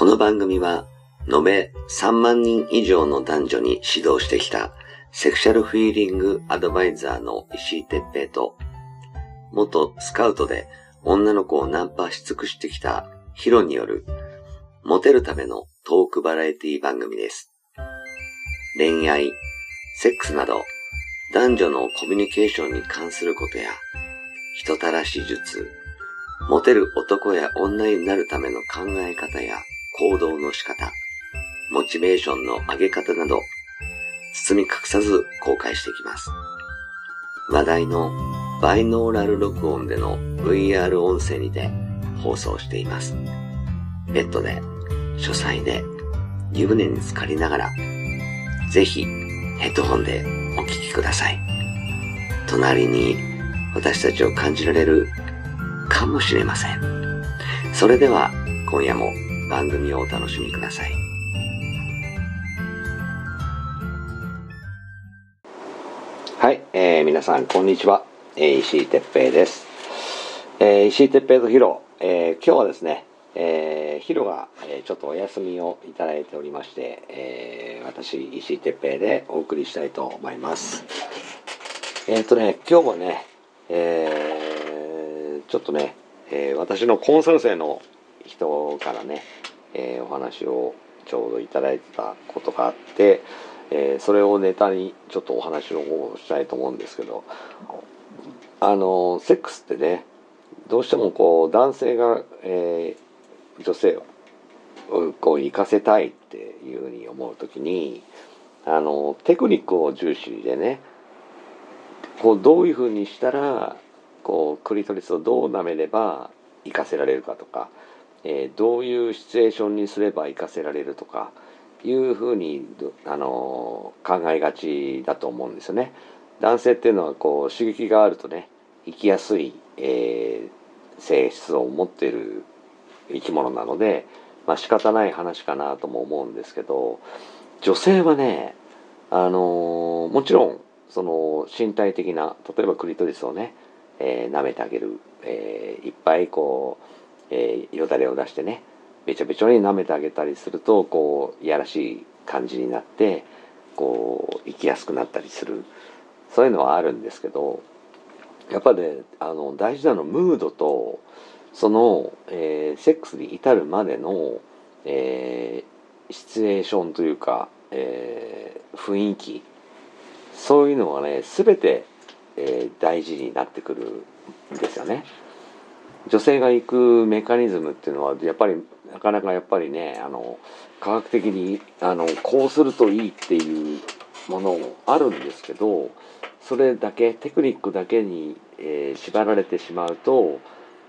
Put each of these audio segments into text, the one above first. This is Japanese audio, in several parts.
の番組は延べ3万人以上の男女に指導してきたセクシャルフィーリングアドバイザーの石井哲平と、元スカウトで女の子をナンパし尽くしてきたヒロによるモテるためのトークバラエティ番組です。恋愛、セックスなど男女のコミュニケーションに関することや人たらし術、モテる男や女になるための考え方や行動の仕方、モチベーションの上げ方など包み隠さず公開していきます。話題のバイノーラル録音での VR 音声にて放送しています。ベッドで、書斎で、湯船に浸かりながら、ぜひヘッドホンでお聞きください。隣に私たちを感じられるかもしれません。それでは今夜も番組をお楽しみください。はい、皆さんこんにちは。石井哲平です。石井哲平とヒロ、今日はですね、ヒロが、ちょっとお休みをいただいておりまして、私石井哲平でお送りしたいと思います。今日はね、ちょっとね、私のコンサル生の人からね、お話をちょうどいただいてたことがあって、それをネタにちょっとお話をしたいと思うんですけど、セックスってね、どうしてもこう男性が、女性をこう生かせたいっていうふうに思うときに、テクニックを重視でね、こうどういうふうにしたらこうクリトリスをどう舐めれば生かせられるかとか、どういうシチュエーションにすれば生かせられるとかいうふうに考えがちだと思うんですよね。男性っていうのはこう刺激があるとね、生きやすい、性質を持っている生き物なので、仕方ない話かなとも思うんですけど、女性はね、もちろんその身体的な、例えばクリトリスをね、舐めてあげる、いっぱいこう、よだれを出してね、べちょべちょに舐めてあげたりすると、こういやらしい感じになってこう生きやすくなったりする、そういうのはあるんですけど、やっぱりね、大事なのはムードとその、セックスに至るまでの、シチュエーションというか、雰囲気、そういうのがね全て、大事になってくるんですよね。女性が行くメカニズムっていうのはやっぱりなかなかやっぱりね、科学的にこうするといいっていうものもあるんですけど、それだけテクニックだけに、縛られてしまうと、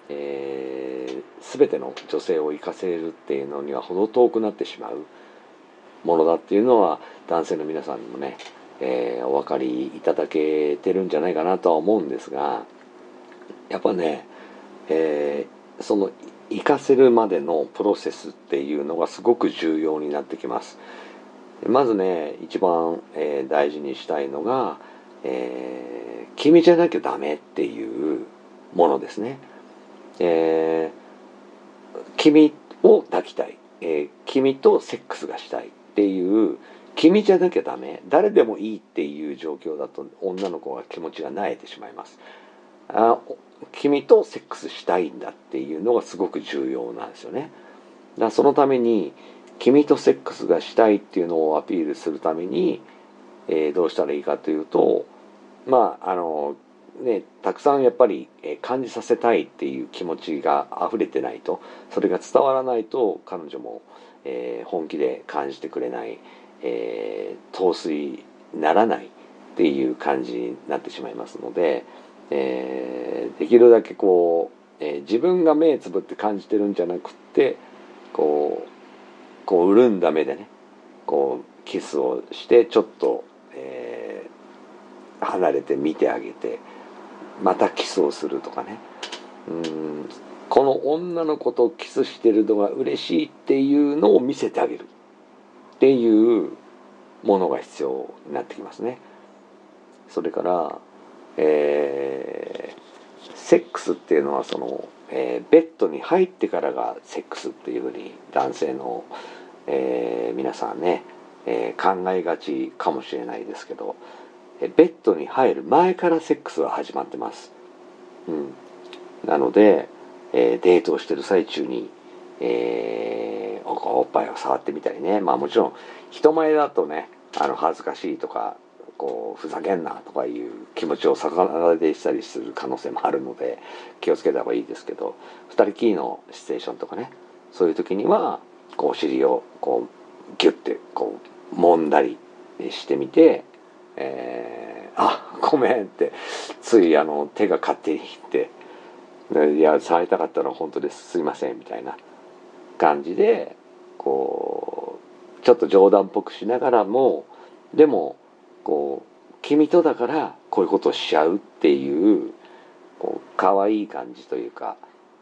全ての女性を生かせるっていうのには程遠くなってしまうものだっていうのは男性の皆さんにもね、お分かりいただけてるんじゃないかなとは思うんですが、やっぱね、その生かせるまでのプロセスっていうのがすごく重要になってきます。まずね、一番、大事にしたいのが、君じゃなきゃダメっていうものですね。君を抱きたい、君とセックスがしたいっていう、君じゃなきゃダメ、誰でもいいっていう状況だと女の子は気持ちが萎えてしまいます。君とセックスしたいんだっていうのがすごく重要なんですよね。だからそのために君とセックスがしたいっていうのをアピールするために、どうしたらいいかというと、たくさんやっぱり感じさせたいっていう気持ちが溢れてないと、それが伝わらないと彼女も、本気で感じてくれない、陶酔ならないっていう感じになってしまいますので、できるだけこう、自分が目つぶって感じてるんじゃなくってこう潤んだ目でね、こうキスをしてちょっと、離れて見てあげてまたキスをするとかね、この女の子とキスしてるのが嬉しいっていうのを見せてあげるっていうものが必要になってきますね。それから、セセックスっていうのはその、ベッドに入ってからがセックスっていうふうに男性の、皆さんね、考えがちかもしれないですけど、ベッドに入る前からセックスは始まってます。なので、デートをしてる最中に、おっぱいを触ってみたりね、まあもちろん人前だとね、恥ずかしいとか、こうふざけんなとかいう気持ちを逆なでしたりする可能性もあるので気をつけた方がいいですけど、二人きりのシチュエーションとかね、そういう時にはこうお尻をこうギュッてこう揉んだりしてみて、ごめんってつい手が勝手にいって、いや触りたかったのは本当ですすいませんみたいな感じでこうちょっと冗談っぽくしながらも、でもこう君とだからこういうことをしちゃうっていうこう可愛い感じというか、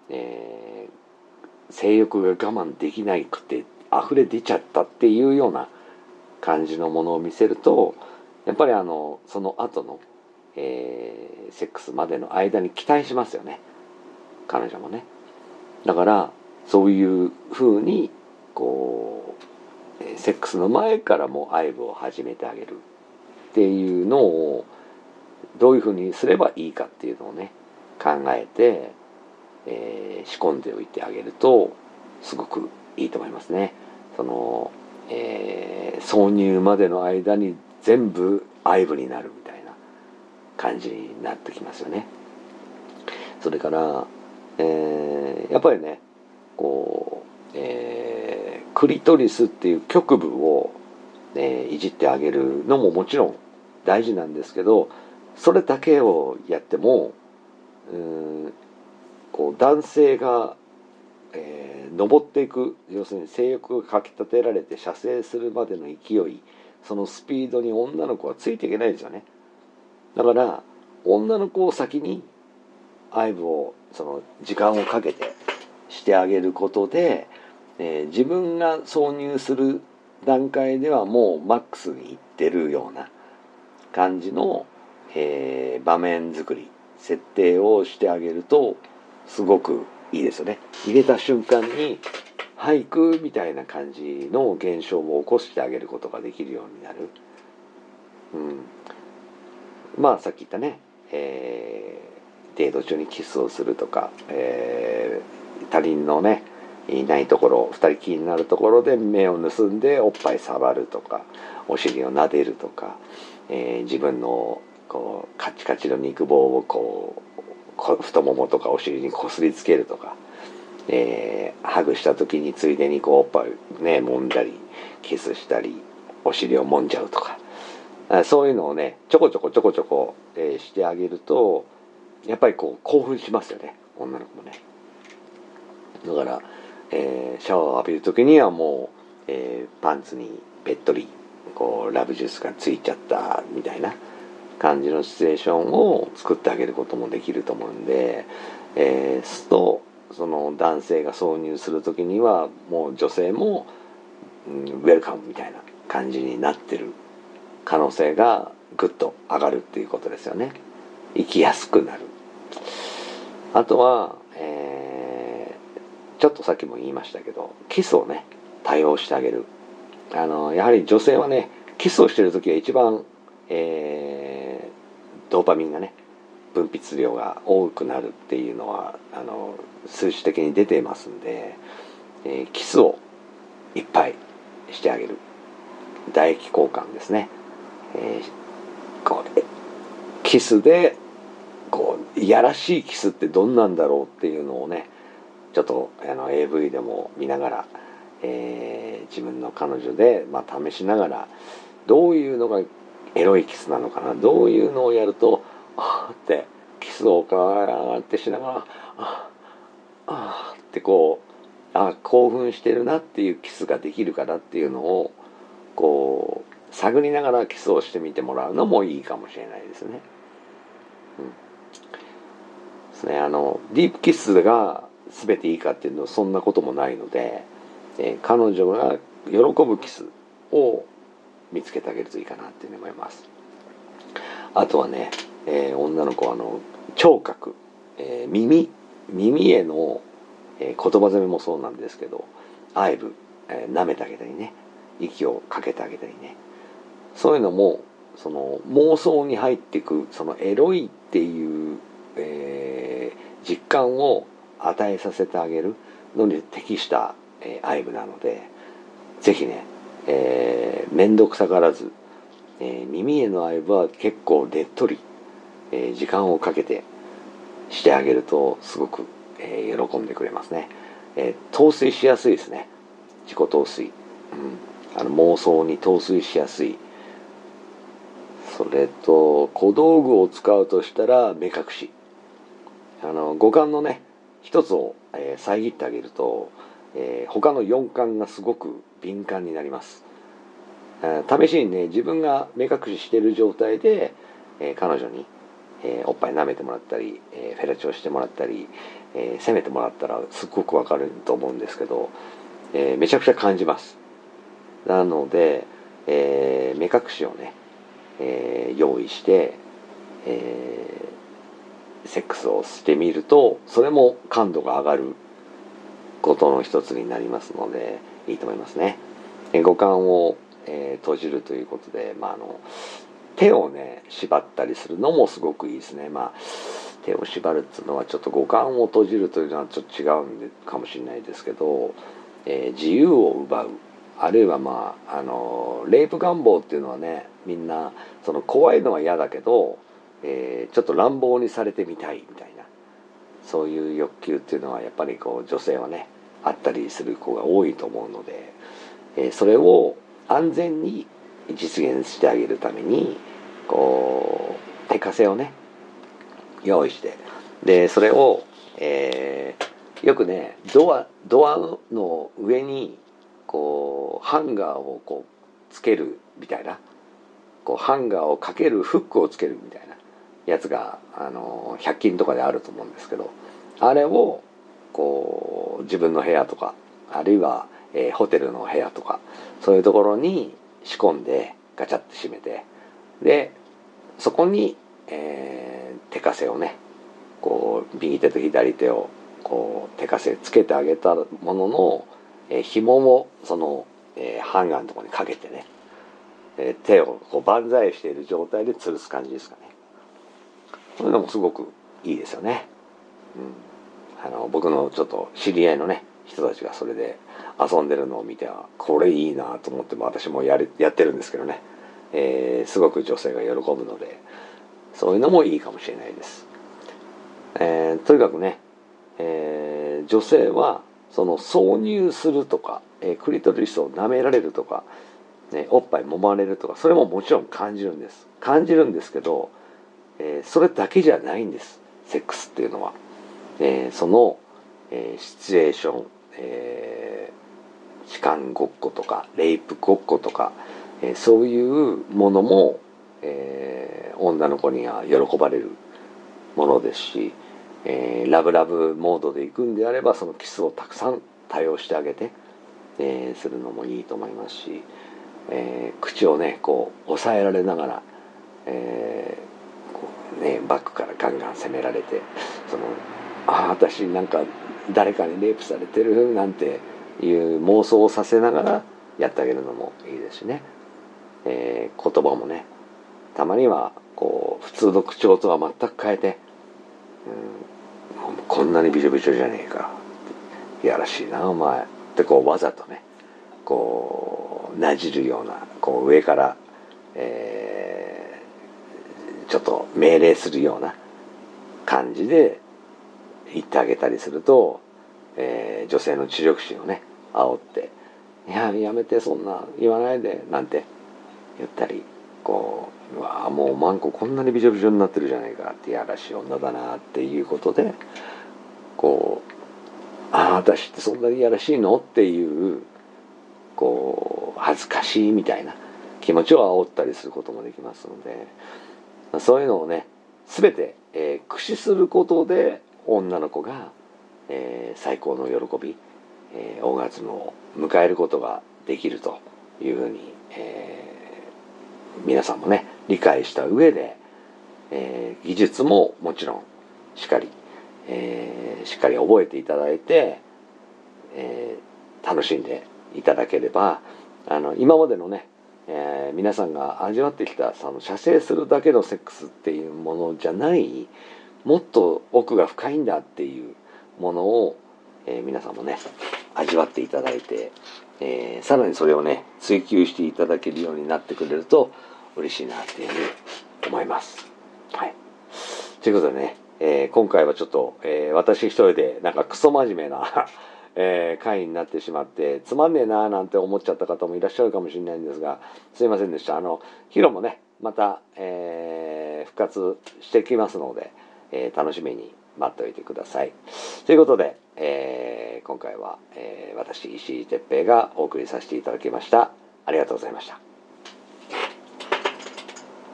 性欲が我慢できなくて溢れ出ちゃったっていうような感じのものを見せると、やっぱりその後の、セックスまでの間に期待しますよね、彼女もね。だからそういう風にこうセックスの前からもう愛撫を始めてあげるっていうのをどういう風にすればいいかっていうのをね考えて、仕込んでおいてあげるとすごくいいと思いますね。その、挿入までの間に全部愛撫になるみたいな感じになってきますよね。それから、やっぱりねこう、クリトリスっていう局部を、いじってあげるのももちろん大事なんですけど、それだけをやってもこう男性が、登っていく、要するに性欲がかきたてられて射精するまでの勢い、そのスピードに女の子はついていけないですよね。だから女の子を先に愛撫をその時間をかけてしてあげることで、自分が挿入する段階ではもうマックスにいってるような感じの、場面作り設定をしてあげるとすごくいいですよね。入れた瞬間に俳句みたいな感じの現象を起こしてあげることができるようになる。まあさっき言ったね、デート中にキスをするとか、他人のねいないところ、二人きりになるところで目を盗んでおっぱい触るとか、お尻を撫でるとか、自分のこうカチカチの肉棒をこう太ももとかお尻にこすりつけるとか、ハグした時についでにこうおっぱいね揉んだりキスしたりお尻を揉んじゃうとか、そういうのをねちょこちょこ、してあげるとやっぱりこう興奮しますよね、女の子もね。だから、シャワーを浴びる時にはもう、パンツにべっとりこうラブジュースがついちゃったみたいな感じのシチュエーションを作ってあげることもできると思うんで、その男性が挿入する時にはもう女性も、ウェルカムみたいな感じになってる可能性がぐっと上がるっていうことですよね。生きやすくなる。あとは、ちょっとさっきも言いましたけどキスをね多用してあげる。やはり女性はねキスをしてる時が一番、ドーパミンがね分泌量が多くなるっていうのは数値的に出ていますんで、キスをいっぱいしてあげる。唾液交換ですね。こうキスでこういやらしいキスってどんなんだろうっていうのをねちょっとAV でも見ながら、自分の彼女で、試しながらどういうのがエロいキスなのかな、どういうのをやるとってキスをガーってしながらってこう興奮してるなっていうキスができるかなっていうのをこう探りながらキスをしてみてもらうのもいいかもしれないですね。ですね。ディープキスが全ていいかっていうのはそんなこともないので、彼女が喜ぶキスを見つけてあげるといいかなっていうふうに思います。あとはね、女の子は聴覚耳への、言葉攻めもそうなんですけど、愛撫、舐めてあげたりね、息をかけてあげたりね、そういうのもその妄想に入っていく、そのエロいっていう、実感を与えさせてあげるのに適した、愛撫なので、ぜひね、面倒くさがらず、耳への愛撫は結構ねっとり、時間をかけてしてあげるとすごく、喜んでくれますね。陶酔しやすいですね。自己陶酔、妄想に陶酔しやすい。それと小道具を使うとしたら目隠し、五感のね一つを、遮ってあげると、他の四感がすごく敏感になります。試しにね、自分が目隠ししている状態で、彼女に、おっぱい舐めてもらったり、フェラチオしてもらったり、攻めてもらったらすっごくわかると思うんですけど、めちゃくちゃ感じます。なので、目隠しをね、用意して、セックスをしてみると、それも感度が上がることの一つになりますので、いいと思いますね。五感を、閉じるということで、手をね縛ったりするのもすごくいいですね。手を縛るっていうのはちょっと五感を閉じるというのはちょっと違うんかもしれないですけど、自由を奪う、あるいはレイプ願望っていうのはね、みんなその怖いのは嫌だけど、ちょっと乱暴にされてみたいみたいな、そういう欲求っていうのはやっぱりこう女性はねあったりする子が多いと思うので、それを安全に実現してあげるためにこう手枷をね用意して、でそれを、よくねドアの上にこうハンガーをこうつけるみたいな、こうハンガーをかけるフックをつけるみたいなやつが100均とかであると思うんですけど、あれをこう自分の部屋とか、あるいは、ホテルの部屋とか、そういうところに仕込んでガチャッと閉めて、でそこに、手枷をねこう右手と左手をこう手枷つけてあげたものの、紐をその、ハンガーのところにかけてね、手をこう万歳している状態で吊るす感じですかね。そういうのもすごくいいですよね。僕のちょっと知り合いのね人たちがそれで遊んでるのを見てはこれいいなと思っても、私もやってるんですけどね、すごく女性が喜ぶので、そういうのもいいかもしれないです。とにかくね、女性はその挿入するとか、クリトリスを舐められるとか、おっぱい揉まれるとか、それももちろん感じるんですけど、それだけじゃないんです、セックスっていうのは。その、シチュエーション、痴漢ごっことかレイプごっことか、そういうものも、女の子には喜ばれるものですし、ラブラブモードで行くんであればそのキスをたくさん多用してあげて、するのもいいと思いますし、口をねこう抑えられながら、こうね、バックからガンガン攻められて、その私なんか誰かにレイプされてるなんていう妄想をさせながらやってあげるのもいいですしね、言葉もねたまにはこう普通の口調とは全く変えて、こんなにびちょびちょじゃねえか、いやらしいなお前ってこうわざとねこうなじるような、こう上から、ちょっと命令するような感じで言ってあげたりすると、女性の知力心をね煽って、いややめてそんな言わないでなんて言ったり、こうわもうマンコこんなにびちょびちょになってるじゃないかって、いやらしい女だなっていうことで、こう私ってそんなにいやらしいのっていうこう恥ずかしいみたいな気持ちを煽ったりすることもできますので、そういうのをね全て、駆使することで女の子が、最高の喜び、オーガズムを迎えることができるというふうに、皆さんもね理解した上で、技術ももちろんしっかり、 しっかり覚えていただいて、楽しんでいただければ、今までのね、皆さんが味わってきたその射精するだけのセックスっていうものじゃない、もっと奥が深いんだっていうものを、皆さんもね味わっていただいて、さらにそれをね追求していただけるようになってくれると嬉しいなっていうふうに思います。はい。ということでね、今回はちょっと、私一人でなんかクソ真面目な回になってしまってつまんねえなーなんて思っちゃった方もいらっしゃるかもしれないんですが、すいませんでした。ヒロもねまた、復活してきますので、楽しみに待っておいてください。ということで、今回は、私石井哲平がお送りさせていただきました。ありがとうございました。